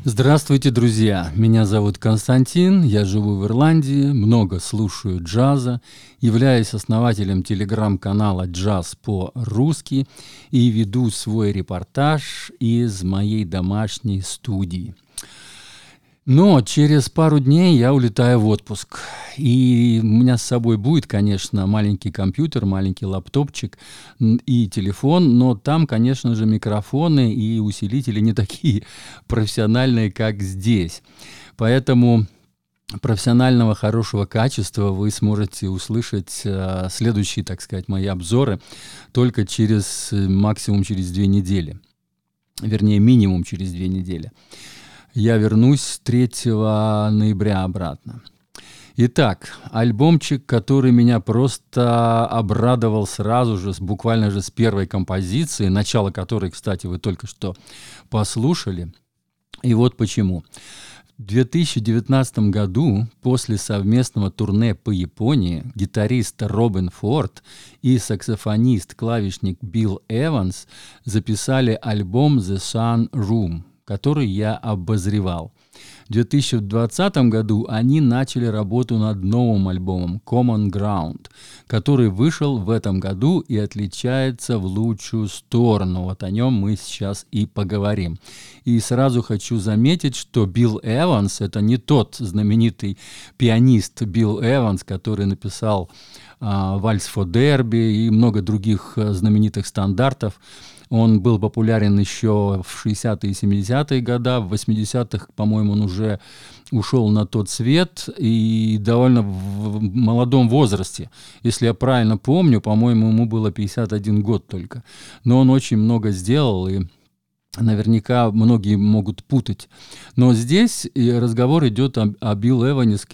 Здравствуйте, друзья! Меня зовут Константин, я живу в Ирландии, много слушаю джаза, являюсь основателем телеграм-канала «Джаз по-русски» и веду свой репортаж из моей домашней студии. Но через пару дней я улетаю в отпуск. И у меня с собой будет, конечно, маленький компьютер, маленький лаптопчик и телефон, но там, конечно же, микрофоны и усилители не такие профессиональные, как здесь. Поэтому профессионального хорошего качества вы сможете услышать следующие, так сказать, мои обзоры только максимум через 2 недели. Вернее, минимум через 2 недели. Я вернусь 3 ноября обратно. Итак, альбомчик, который меня просто обрадовал сразу же, буквально же с первой композиции, начало которой, кстати, вы только что послушали. И вот почему. В 2019 году, после совместного турне по Японии, гитарист Робин Форд и саксофонист-клавишник Билл Эванс записали альбом «The Sun Room», который я обозревал. В 2020 году они начали работу над новым альбомом «Common Ground», который вышел в этом году и отличается в лучшую сторону. Вот о нем мы сейчас и поговорим. И сразу хочу заметить, что Билл Эванс – это не тот знаменитый пианист Билл Эванс, который написал «Вальс фо Дерби» и много других знаменитых стандартов. Он был популярен еще в 60-е и 70-е годы, в 80-х, по-моему, он уже ушел на тот свет и довольно в молодом возрасте. Если я правильно помню, по-моему, ему было 51 год только. Но он очень много сделал, и наверняка многие могут путать. Но здесь разговор идет о Билл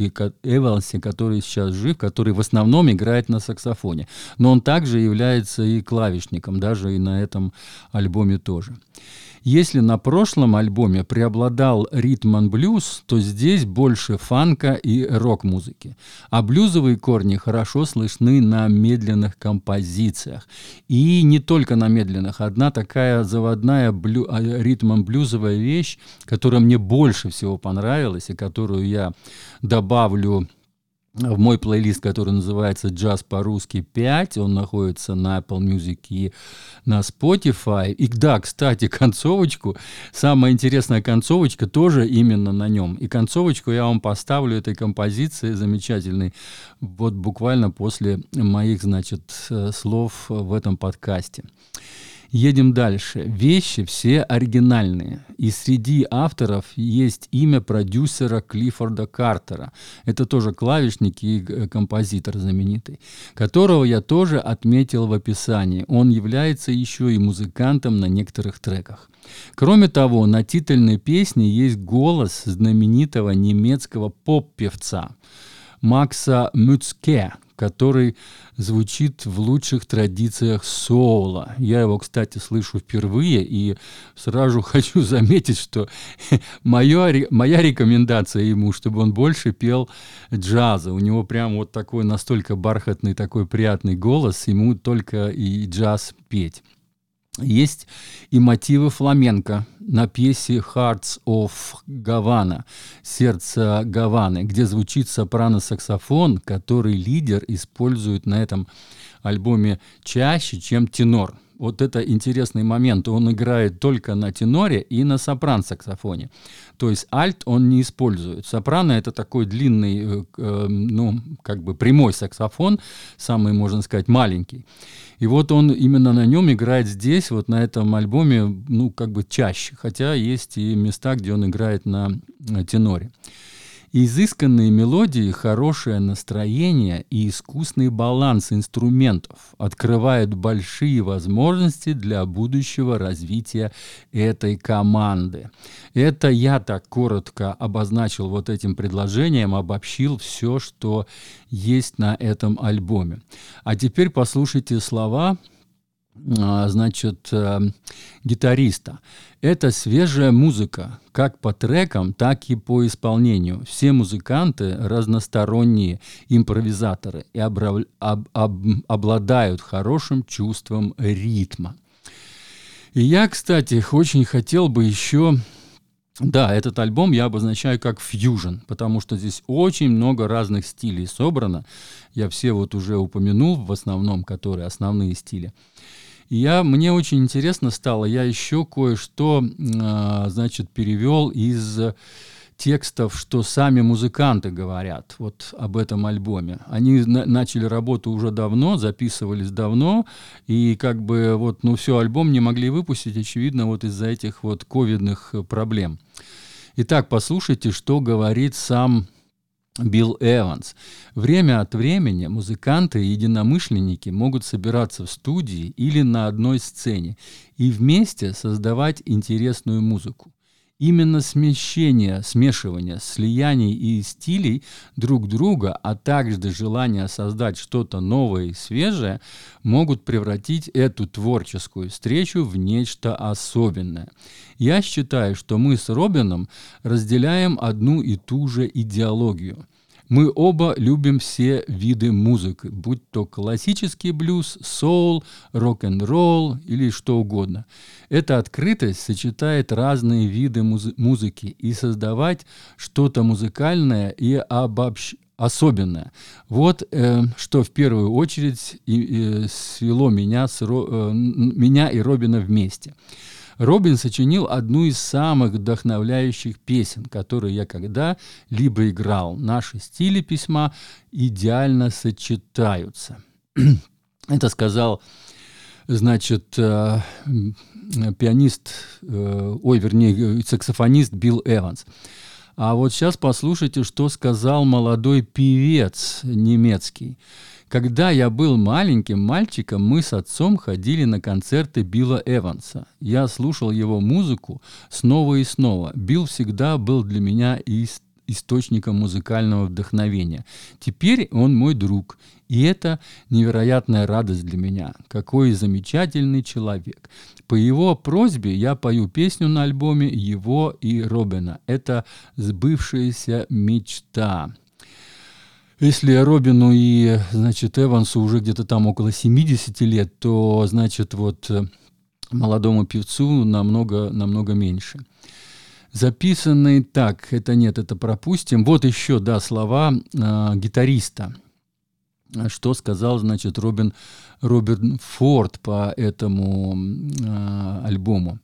Эвансе, который сейчас жив, который в основном играет на саксофоне. Но он также является и клавишником, даже и на этом альбоме тоже. Если на прошлом альбоме преобладал ритм-н-блюз, то здесь больше фанка и рок-музыки. А блюзовые корни хорошо слышны на медленных композициях. И не только на медленных. Одна такая заводная ритм-н-блюзовая вещь, которая мне больше всего понравилась и которую я добавлю в мой плейлист, который называется «Джаз по-русски 5». Он находится на Apple Music и на Spotify. И да, кстати, концовочку, самая интересная концовочка тоже именно на нем. И концовочку я вам поставлю этой композиции замечательной вот буквально после моих, слов в этом подкасте. Едем дальше. Вещи все оригинальные. И среди авторов есть имя продюсера Клиффорда Картера. Это тоже клавишник и композитор знаменитый, которого я тоже отметил в описании. Он является еще и музыкантом на некоторых треках. Кроме того, на титульной песне есть голос знаменитого немецкого поп-певца Макса Муцке, который звучит в лучших традициях соула. Я его, кстати, слышу впервые, и сразу хочу заметить, что моя рекомендация ему, чтобы он больше пел джаза. У него прям вот такой настолько бархатный, такой приятный голос, ему только и джаз петь. Есть и мотивы фламенко на пьесе «Hearts of Havana» «Сердце Гаваны», где звучит сопрано-саксофон, который лидер использует на этом альбоме чаще, чем тенор. Вот это интересный момент. Он играет только на теноре и на сопрано-саксофоне. То есть альт он не использует. Сопрано — это такой длинный, прямой саксофон, самый, можно сказать, маленький. И вот он именно на нем играет здесь, вот на этом альбоме, чаще. Хотя есть и места, где он играет на теноре. Изысканные мелодии, хорошее настроение и искусный баланс инструментов открывают большие возможности для будущего развития этой команды. Это я так коротко обозначил вот этим предложением, обобщил все, что есть на этом альбоме. А теперь послушайте слова гитариста. Это свежая музыка, как по трекам, так и по исполнению. Все музыканты разносторонние импровизаторы и обладают хорошим чувством ритма. И я, кстати, очень хотел бы еще Да, этот альбом я обозначаю как фьюжн, потому что здесь очень много разных стилей собрано. Я все вот уже упомянул, в основном, которые основные стили. Мне очень интересно стало, я еще кое-что, значит, перевел из текстов, что сами музыканты говорят вот об этом альбоме. Они начали работу уже давно, записывались давно, и как бы вот, ну, все, альбом не могли выпустить, очевидно, вот из-за этих вот ковидных проблем. Итак, послушайте, что говорит сам Билл Эванс. Время от времени музыканты и единомышленники могут собираться в студии или на одной сцене и вместе создавать интересную музыку. Именно смешивание, слияние и стилей друг друга, а также желание создать что-то новое и свежее, могут превратить эту творческую встречу в нечто особенное. Я считаю, что мы с Робином разделяем одну и ту же идеологию. Мы оба любим все виды музыки, будь то классический блюз, соул, рок-н-ролл или что угодно. Эта открытость сочетает разные виды музыки и создавать что-то музыкальное и особенное. Вот что в первую очередь свело меня и Робина вместе. Робин сочинил одну из самых вдохновляющих песен, которые я когда-либо играл. Наши стили письма идеально сочетаются. Это сказал, значит, саксофонист Билл Эванс. А вот сейчас послушайте, что сказал молодой певец немецкий. Когда я был маленьким мальчиком, мы с отцом ходили на концерты Билла Эванса. Я слушал его музыку снова и снова. Билл всегда был для меня источником музыкального вдохновения. Теперь он мой друг, и это невероятная радость для меня. Какой замечательный человек. По его просьбе я пою песню на альбоме его и Робина. Это сбывшаяся мечта. Если Робину и, значит, Эвансу уже где-то там около 70 лет, то, значит, вот молодому певцу намного меньше. Записанный так, это пропустим. Вот еще, да, слова гитариста. Что сказал, значит, Робин Форд по этому альбому.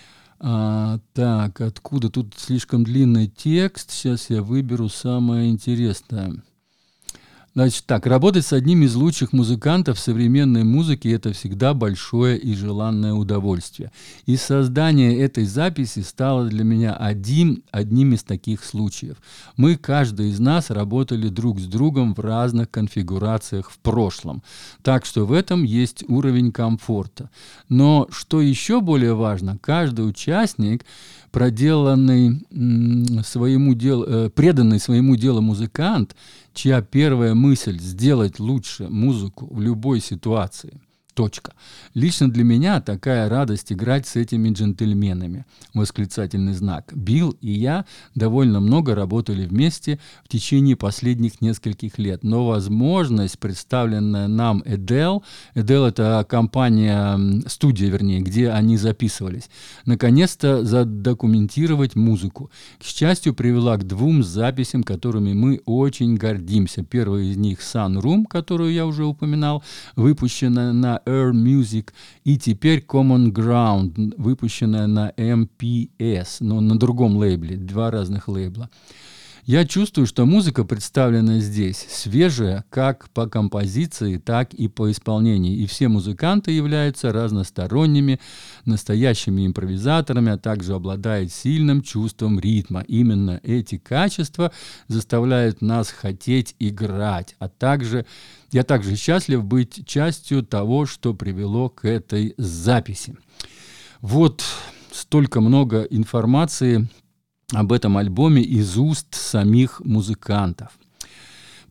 Так, откуда? Тут слишком длинный текст. Сейчас я выберу самое интересное. Значит так, работать с одним из лучших музыкантов современной музыки – это всегда большое и желанное удовольствие. И создание этой записи стало для меня одним из таких случаев. Мы, каждый из нас, работали друг с другом в разных конфигурациях в прошлом. Так что в этом есть уровень комфорта. Но что еще более важно, каждый участник, преданный своему делу музыкант, чья первая мысль сделать лучше музыку в любой ситуации. Точка. Лично для меня такая радость играть с этими джентльменами. Восклицательный знак. Билл и я довольно много работали вместе в течение последних нескольких лет. Но возможность, представленная нам Эдел это студия, где они записывались, наконец-то задокументировать музыку. К счастью, привела к 2 записям, которыми мы очень гордимся. Первая из них Sun Room, которую я уже упоминал, выпущенная на Air Music, и теперь Common Ground, выпущенная на MPS, но на другом лейбле, 2 разных лейбла. Я чувствую, что музыка, представленная здесь, свежая как по композиции, так и по исполнению. И все музыканты являются разносторонними, настоящими импровизаторами, а также обладают сильным чувством ритма. Именно эти качества заставляют нас хотеть играть. Я также счастлив быть частью того, что привело к этой записи. Вот столько много информации об этом альбоме из уст самих музыкантов.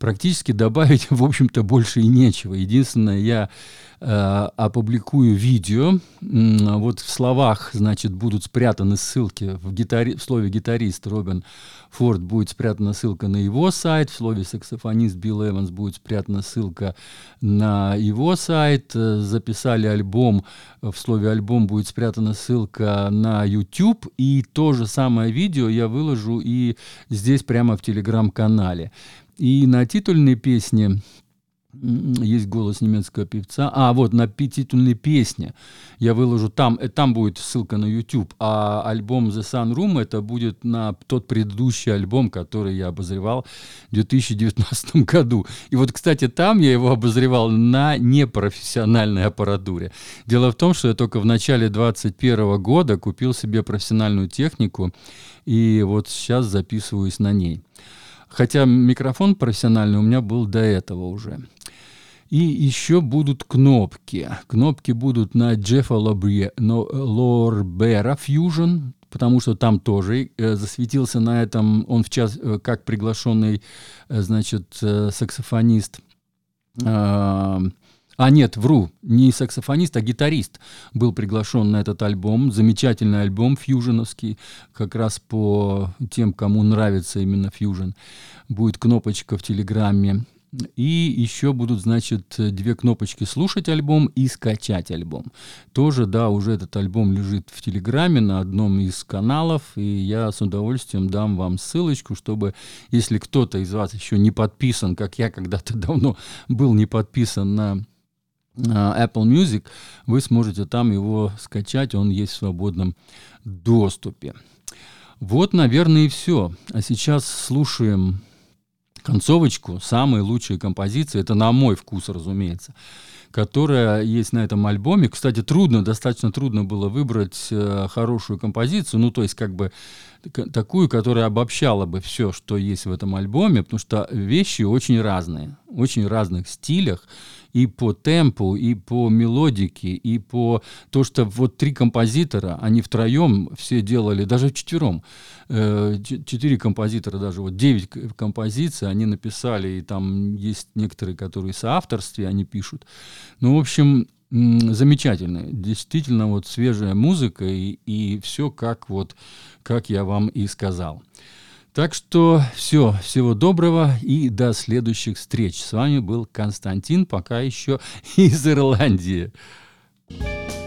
практически добавить, в общем-то, больше и нечего. Единственное, я опубликую видео. Вот в словах, значит, будут спрятаны ссылки. В слове «гитарист» Робин Форд будет спрятана ссылка на его сайт, в слове «саксофонист» Билл Эванс будет спрятана ссылка на его сайт. Записали альбом, в слове «альбом» будет спрятана ссылка на YouTube, и то же самое видео я выложу и здесь прямо в Телеграм-канале. И на титульной песне есть голос немецкого певца. Вот на титульной песне я выложу там будет ссылка на YouTube, а альбом The Sun Room это будет на тот предыдущий альбом, который я обозревал в 2019 году. И вот, кстати, там я его обозревал на непрофессиональной аппаратуре. Дело в том, что я только в начале 2021 года купил себе профессиональную технику, и вот сейчас записываюсь на ней. Хотя микрофон профессиональный у меня был до этого уже. И еще будут кнопки. Кнопки будут на Джеффа Лорбера Fusion, потому что там тоже засветился на этом. Он как приглашенный, значит, саксофонист. Нет, вру, не саксофонист, а гитарист был приглашен на этот альбом. Замечательный альбом фьюженовский, как раз по тем, кому нравится именно фьюжн. Будет кнопочка в Телеграме. И еще будут, значит, 2 кнопочки «Слушать альбом» и «Скачать альбом». Тоже, да, уже этот альбом лежит в Телеграме на одном из каналов, и я с удовольствием дам вам ссылочку, чтобы, если кто-то из вас еще не подписан, как я когда-то давно был не подписан на Apple Music, вы сможете там его скачать, он есть в свободном доступе. Вот, наверное, и все. А сейчас слушаем концовочку, самые лучшие композиции, это на мой вкус, разумеется, которая есть на этом альбоме. Кстати, достаточно трудно было выбрать хорошую композицию, то есть как бы такую, которая обобщала бы все, что есть в этом альбоме, потому что вещи очень разные, очень разных стилях, и по темпу, и по мелодике, и по то, что вот 3 композитора, они втроем все делали, даже вчетвером, 4 композитора, даже вот 9 композиций они написали, и там есть некоторые, которые в соавторстве они пишут. В общем, замечательно, действительно вот свежая музыка, и все как я вам и сказал. Так что всего доброго и до следующих встреч. С вами был Константин, пока еще из Ирландии.